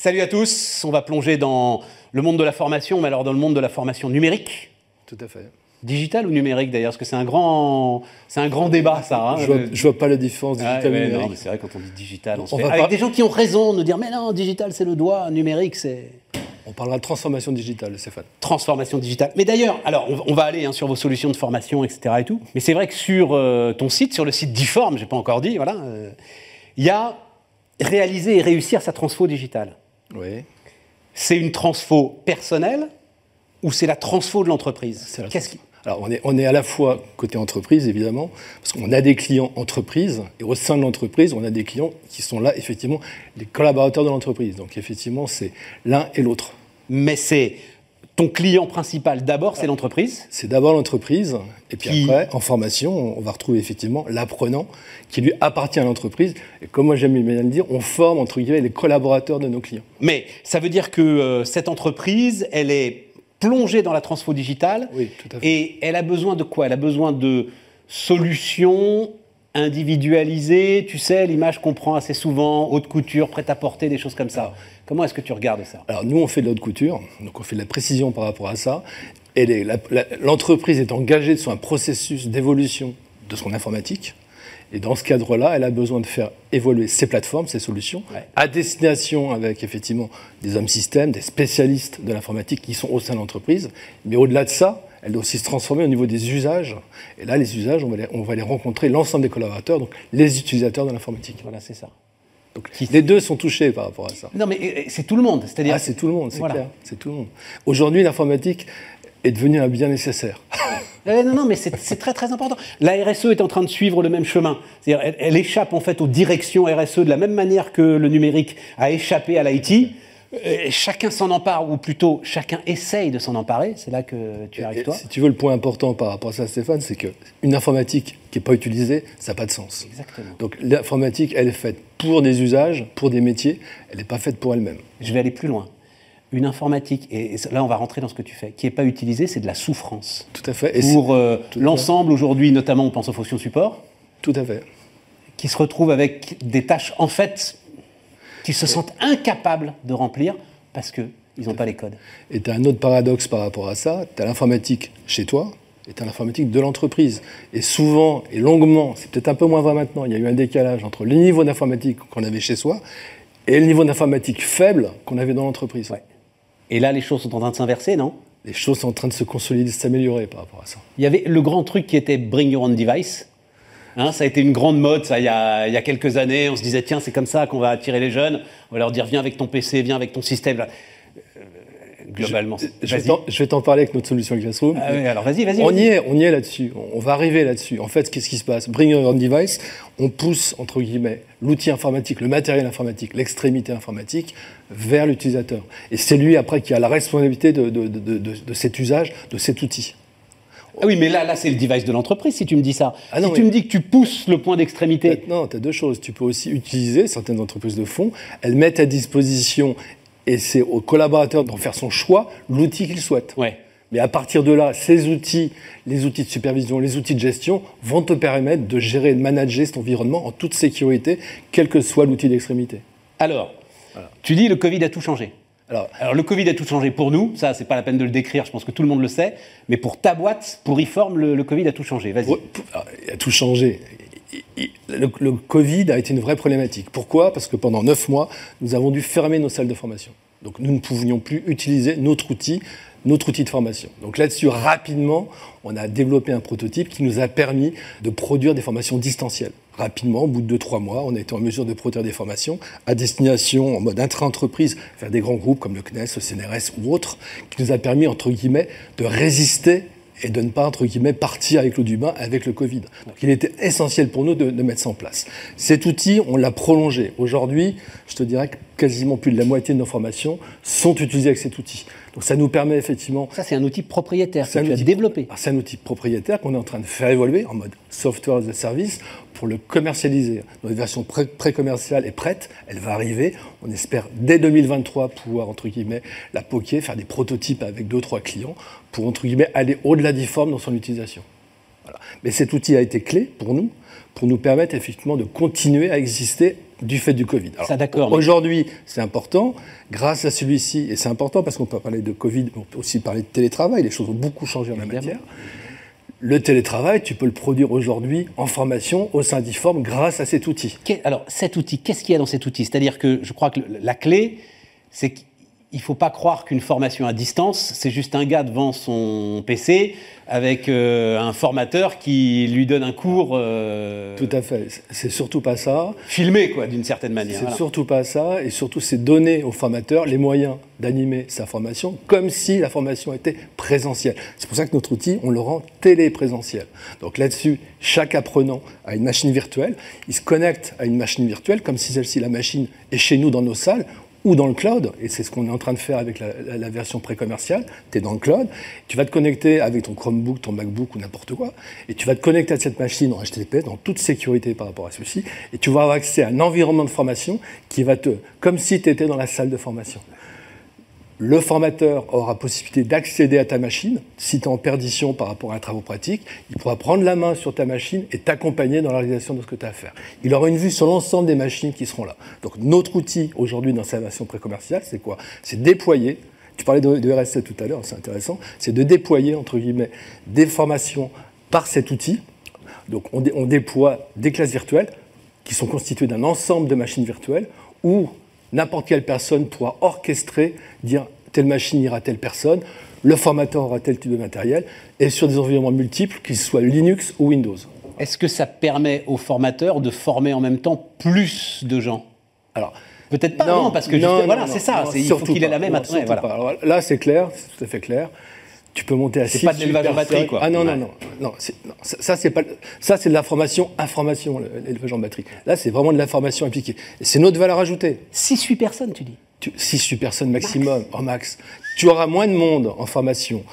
Salut à tous, on va plonger dans le monde de la formation, mais alors dans le monde de la formation numérique. Tout à fait. Digital ou numérique d'ailleurs, parce que c'est un grand débat ça. Hein, je vois pas la différence digital ou numérique. Non, mais c'est vrai quand on dit digital, avec des gens qui ont raison de nous dire mais non, digital c'est le doigt, numérique c'est... On parlera de transformation digitale, Stéphane. Transformation digitale. Mais d'ailleurs, alors on va aller sur vos solutions de formation, etc. et tout. Mais c'est vrai que sur ton site, sur le site d'Iform, j'ai pas encore dit, voilà, il y a réaliser et réussir sa transfo digitale. Oui. C'est une transfo personnelle ou c'est la transfo de l'entreprise? Alors, on est à la fois côté entreprise, évidemment, parce qu'on a des clients entreprises, et au sein de l'entreprise, on a des clients qui sont là, effectivement, les collaborateurs de l'entreprise. Donc, effectivement, c'est l'un et l'autre. Mais c'est ton client principal, d'abord, c'est l'entreprise? C'est d'abord l'entreprise, et puis après, en formation, on va retrouver effectivement l'apprenant qui lui appartient à l'entreprise. Et comme moi j'aime bien le dire, on forme, entre guillemets, les collaborateurs de nos clients. Mais ça veut dire que cette entreprise, elle est plongée dans la transfo digitale. Oui, tout à fait. Et elle a besoin de quoi? Elle a besoin de solutions individualisées, tu sais, l'image qu'on prend assez souvent, haute couture, prêt-à-porter, des choses comme ça. Alors, comment est-ce que tu regardes ça? Alors nous, on fait de la haute couture, donc on fait de la précision par rapport à ça. Et l'entreprise est engagée sur un processus d'évolution de son informatique. Et dans ce cadre-là, elle a besoin de faire évoluer ses plateformes, ses solutions, à destination avec effectivement des hommes systèmes, des spécialistes de l'informatique qui sont au sein de l'entreprise. Mais au-delà de ça, elle doit aussi se transformer au niveau des usages. Et là, les usages, on va les rencontrer, l'ensemble des collaborateurs, donc les utilisateurs de l'informatique. Voilà, c'est ça. Donc, les deux sont touchés par rapport à ça. Non, mais c'est tout le monde. C'est-à-dire... Ah, c'est tout le monde, c'est clair. C'est tout le monde. Aujourd'hui, l'informatique est devenue un bien nécessaire. Non, mais c'est très très important. La RSE est en train de suivre le même chemin. C'est-à-dire, elle échappe en fait aux directions RSE de la même manière que le numérique a échappé à l'IT. Chacun s'en empare, ou plutôt chacun essaye de s'en emparer. C'est là que tu arrives, toi. Si tu veux, le point important par rapport à ça, Stéphane, c'est qu'une informatique qui n'est pas utilisée, ça n'a pas de sens. Exactement. Donc l'informatique, elle est faite pour des usages, pour des métiers. Elle n'est pas faite pour elle-même. Je vais aller plus loin. Une informatique, et là on va rentrer dans ce que tu fais, qui n'est pas utilisée, c'est de la souffrance. Tout à fait. Et pour l'ensemble aujourd'hui, notamment on pense aux fonctions support. Tout à fait. Qui se retrouvent avec des tâches en fait qu'ils se sentent incapables de remplir parce qu'ils n'ont pas les codes. Et tu as un autre paradoxe par rapport à ça, tu as l'informatique chez toi et tu as l'informatique de l'entreprise. Et souvent et longuement, c'est peut-être un peu moins vrai maintenant, il y a eu un décalage entre le niveau d'informatique qu'on avait chez soi et le niveau d'informatique faible qu'on avait dans l'entreprise. Ouais. Et là, les choses sont en train de s'inverser, non? Les choses sont en train de se consolider, de s'améliorer par rapport à ça. Il y avait le grand truc qui était Bring Your Own Device. Hein, ça a été une grande mode, ça, il y a quelques années. On se disait, tiens, c'est comme ça qu'on va attirer les jeunes. On va leur dire, viens avec ton PC, viens avec ton système. Globalement, je vais t'en parler avec notre solution Classroom. Ah oui, alors vas-y. On y est là-dessus. On va arriver là-dessus. En fait, qu'est-ce qui se passe? Bring Your Own Device, on pousse, entre guillemets, l'outil informatique, le matériel informatique, l'extrémité informatique, vers l'utilisateur. Et c'est lui, après, qui a la responsabilité de cet usage, de cet outil. Ah oui, mais là c'est le device de l'entreprise, si tu me dis ça. Tu me dis que tu pousses le point d'extrémité... Non, tu as deux choses. Tu peux aussi utiliser, certaines entreprises le font, elles mettent à disposition, et c'est au collaborateur d'en faire son choix, l'outil qu'il souhaite. Ouais. Mais à partir de là, ces outils, les outils de supervision, les outils de gestion, vont te permettre de gérer et de manager cet environnement en toute sécurité, quel que soit l'outil d'extrémité. Alors, tu dis le Covid a tout changé. Alors le Covid a tout changé pour nous, ça c'est pas la peine de le décrire, je pense que tout le monde le sait, mais pour ta boîte, pour Iform, le Covid a tout changé, vas-y. Il a tout changé. Le Covid a été une vraie problématique. Pourquoi? Parce que pendant 9 mois, nous avons dû fermer nos salles de formation. Donc nous ne pouvions plus utiliser notre outil de formation. Donc là-dessus, rapidement, on a développé un prototype qui nous a permis de produire des formations distancielles. Rapidement, au bout de 2-3 mois, on a été en mesure de produire des formations à destination en mode intra-entreprise vers des grands groupes comme le CNES, le CNRS ou autres, qui nous a permis, entre guillemets, de résister et de ne pas, entre guillemets, partir avec l'eau du bain avec le Covid. Donc il était essentiel pour nous de mettre ça en place. Cet outil, on l'a prolongé. Aujourd'hui, je te dirais que quasiment plus de la moitié de nos formations sont utilisées avec cet outil. Donc ça nous permet effectivement... Ça, c'est un outil propriétaire que tu as développé. C'est un outil propriétaire qu'on est en train de faire évoluer en mode software as a service pour le commercialiser. Notre version pré-commerciale est prête, elle va arriver. On espère dès 2023 pouvoir, entre guillemets, la poker, faire des prototypes avec 2-3 clients pour, entre guillemets, aller au-delà d'Iform dans son utilisation. Voilà. Mais cet outil a été clé pour nous permettre effectivement de continuer à exister du fait du Covid. Alors, ça, d'accord. Aujourd'hui, c'est important, grâce à celui-ci, et c'est important parce qu'on peut parler de Covid, mais on peut aussi parler de télétravail, les choses ont beaucoup changé en la matière. Le télétravail, tu peux le produire aujourd'hui en formation au sein d'IFORM grâce à cet outil. Alors, cet outil, qu'est-ce qu'il y a dans cet outil? C'est-à-dire que je crois que la clé, c'est qu'il ne faut pas croire qu'une formation à distance, c'est juste un gars devant son PC avec un formateur qui lui donne un cours... Tout à fait. C'est surtout pas ça. Filmé, quoi, d'une certaine manière. C'est surtout pas ça. Et surtout, c'est donner au formateur les moyens d'animer sa formation comme si la formation était présentielle. C'est pour ça que notre outil, on le rend téléprésentiel. Donc là-dessus, chaque apprenant a une machine virtuelle. Il se connecte à une machine virtuelle comme si celle-ci, la machine, est chez nous dans nos salles ou dans le cloud, et c'est ce qu'on est en train de faire avec la version pré-commerciale. Tu es dans le cloud, tu vas te connecter avec ton Chromebook, ton MacBook ou n'importe quoi, et tu vas te connecter à cette machine en HTTP, dans toute sécurité par rapport à ceci, et tu vas avoir accès à un environnement de formation qui va comme si tu étais dans la salle de formation. Le formateur aura possibilité d'accéder à ta machine. Si tu es en perdition par rapport à un travail pratique, il pourra prendre la main sur ta machine et t'accompagner dans la réalisation de ce que tu as à faire. Il aura une vue sur l'ensemble des machines qui seront là. Donc notre outil aujourd'hui dans sa version pré-commerciale, c'est quoi? C'est déployer, tu parlais de RSE tout à l'heure, c'est intéressant, c'est de déployer, entre guillemets, des formations par cet outil. Donc on déploie des classes virtuelles qui sont constituées d'un ensemble de machines virtuelles où n'importe quelle personne pourra orchestrer, dire telle machine ira à telle personne, le formateur aura tel type de matériel, et sur des environnements multiples, qu'ils soient Linux ou Windows. Est-ce que ça permet aux formateurs de former en même temps plus de gens? Alors, peut-être pas, non, parce que voilà, c'est ça, il faut qu'il ait la même attitude. Voilà. Alors, là, c'est clair, c'est tout à fait clair. Tu peux monter à 6. C'est pas de l'élevage en batterie, quoi. Ah non, ça c'est de la formation information, l'élevage en batterie. Là, c'est vraiment de la formation appliquée. Et c'est notre valeur ajoutée. 6-8 personnes, tu dis? 6-8 personnes maximum, en max. Tu auras moins de monde en formation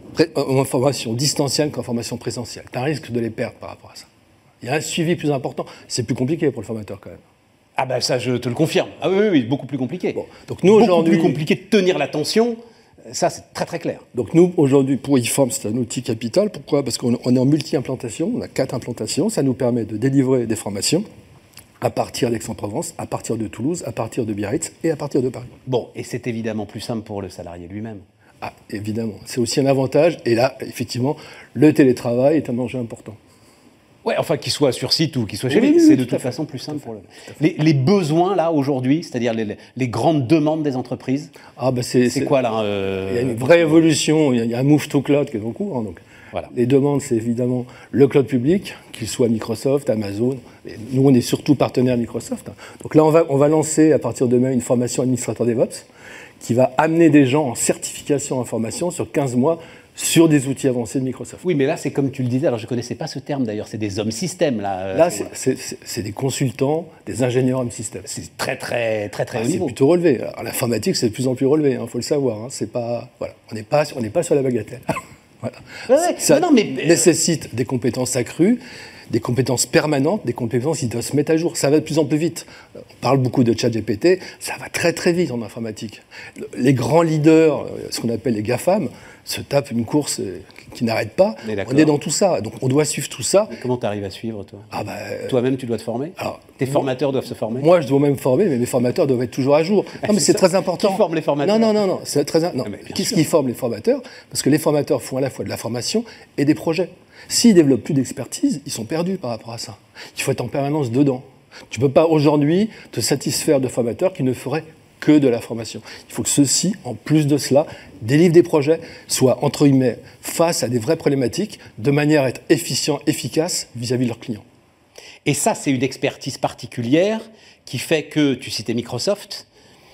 distancielle qu'en formation présentielle. Tu as un risque de les perdre par rapport à ça. Il y a un suivi plus important. C'est plus compliqué pour le formateur, quand même. Ah ben ça, je te le confirme. Ah oui, beaucoup plus compliqué. Bon, donc nous, aujourd'hui, beaucoup plus compliqué de tenir l'attention. Ça, c'est très très clair. Donc nous, aujourd'hui, pour IFORM, c'est un outil capital. Pourquoi? Parce qu'on est en multi-implantation, on a 4 implantations. Ça nous permet de délivrer des formations à partir d'Aix-en-Provence, à partir de Toulouse, à partir de Biarritz et à partir de Paris. Bon, et c'est évidemment plus simple pour le salarié lui-même. Ah, évidemment. C'est aussi un avantage. Et là, effectivement, le télétravail est un enjeu important. Ouais, enfin, qu'il soit sur site ou qu'il soit chez lui, c'est de toute façon plus simple pour le... Les besoins, là, aujourd'hui, c'est-à-dire les grandes demandes des entreprises, c'est quoi, là Il y a une vraie évolution, il y a un move to cloud qui est en cours. Hein, donc. Voilà. Les demandes, c'est évidemment le cloud public, qu'il soit Microsoft, Amazon. Et nous, on est surtout partenaire Microsoft. Hein. Donc là, on va lancer, à partir de demain, une formation administrateur DevOps qui va amener des gens en certification en formation sur 15 mois sur des outils avancés de Microsoft. Oui, mais là, c'est comme tu le disais, alors je ne connaissais pas ce terme d'ailleurs, c'est des hommes systèmes. Là, c'est des consultants, des ingénieurs hommes systèmes. C'est très haut niveau. C'est plutôt relevé. Alors, l'informatique, c'est de plus en plus relevé, il faut le savoir. Hein. C'est pas, voilà. On n'est pas sur la bagatelle. Voilà. Ouais, ça nécessite des compétences accrues, des compétences permanentes, des compétences qui doivent se mettre à jour. Ça va de plus en plus vite. On parle beaucoup de ChatGPT, ça va très très vite en informatique. Les grands leaders, ce qu'on appelle les GAFAM, se tapent une course qui n'arrête pas. On est dans tout ça, donc on doit suivre tout ça. Mais comment tu arrives à suivre, toi? Toi-même, tu dois te former? Tes formateurs doivent se former? Moi, je dois même former, mais mes formateurs doivent être toujours à jour. Non, mais c'est très important. Qui forme les formateurs? Non, c'est très important. Qu'est-ce qui forme les formateurs? Parce que les formateurs font à la fois de la formation et des projets. S'ils développent plus d'expertise, ils sont perdus par rapport à ça. Il faut être en permanence dedans. Tu ne peux pas aujourd'hui te satisfaire de formateurs qui ne feraient que de la formation. Il faut que ceux-ci, en plus de cela, délivrent des projets, soient, entre guillemets, face à des vraies problématiques, de manière à être efficient, efficace vis-à-vis de leurs clients. Et ça, c'est une expertise particulière qui fait que, tu citais Microsoft,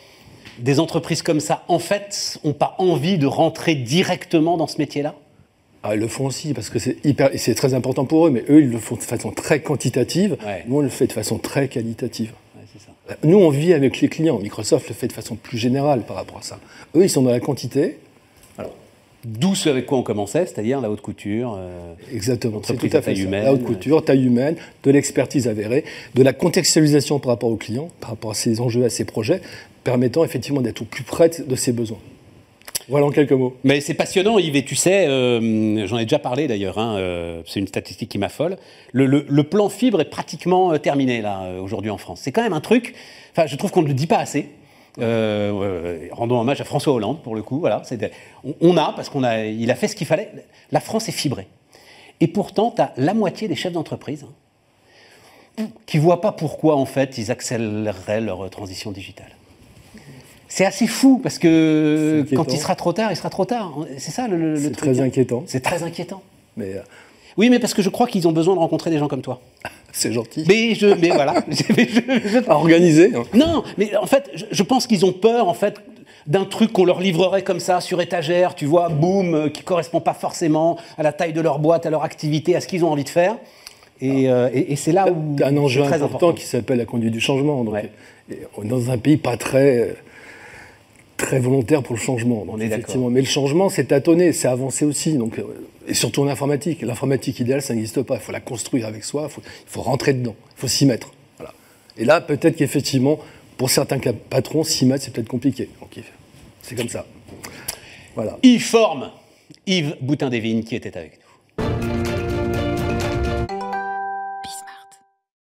des entreprises comme ça, en fait, n'ont pas envie de rentrer directement dans ce métier-là? Ils le font aussi, parce que c'est très important pour eux, mais eux, ils le font de façon très quantitative. Ouais. Nous, on le fait de façon très qualitative. Ouais, c'est ça. Nous, on vit avec les clients. Microsoft le fait de façon plus générale par rapport à ça. Eux, ils sont dans la quantité. Alors, d'où ce avec quoi on commençait, c'est-à-dire la haute couture. Exactement, c'est tout à fait ça. La haute couture, taille humaine, de l'expertise avérée, de la contextualisation par rapport aux clients, par rapport à ses enjeux, à ses projets, permettant effectivement d'être au plus près de ses besoins. Voilà en quelques mots. Mais c'est passionnant, Yves, et tu sais, j'en ai déjà parlé d'ailleurs, c'est une statistique qui m'affole. Le plan fibre est pratiquement terminé là aujourd'hui en France. C'est quand même un truc, je trouve qu'on ne le dit pas assez. Rendons hommage à François Hollande pour le coup. Voilà, parce il a fait ce qu'il fallait. La France est fibrée. Et pourtant, tu as la moitié des chefs d'entreprise qui ne voient pas pourquoi en fait ils accéléreraient leur transition digitale. C'est assez fou parce que quand il sera trop tard, il sera trop tard. C'est ça le truc. C'est très inquiétant. C'est très inquiétant. Mais oui, mais parce que je crois qu'ils ont besoin de rencontrer des gens comme toi. C'est gentil. Mais voilà. À organiser. Hein. Non, mais en fait, je pense qu'ils ont peur en fait d'un truc qu'on leur livrerait comme ça sur étagère, tu vois, boum, qui correspond pas forcément à la taille de leur boîte, à leur activité, à ce qu'ils ont envie de faire. Et c'est là où un enjeu très important qui s'appelle la conduite du changement. Donc, on est dans un pays pas très volontaire pour le changement. Donc, on est d'accord. Mais le changement, c'est tâtonner, c'est avancer aussi. Donc, et surtout en informatique. L'informatique idéale, ça n'existe pas. Il faut la construire avec soi, il faut rentrer dedans, il faut s'y mettre. Voilà. Et là, peut-être qu'effectivement, pour certains patrons, s'y mettre, c'est peut-être compliqué. Donc, c'est comme ça. Voilà. Yves Boutin-Devine qui était avec nous.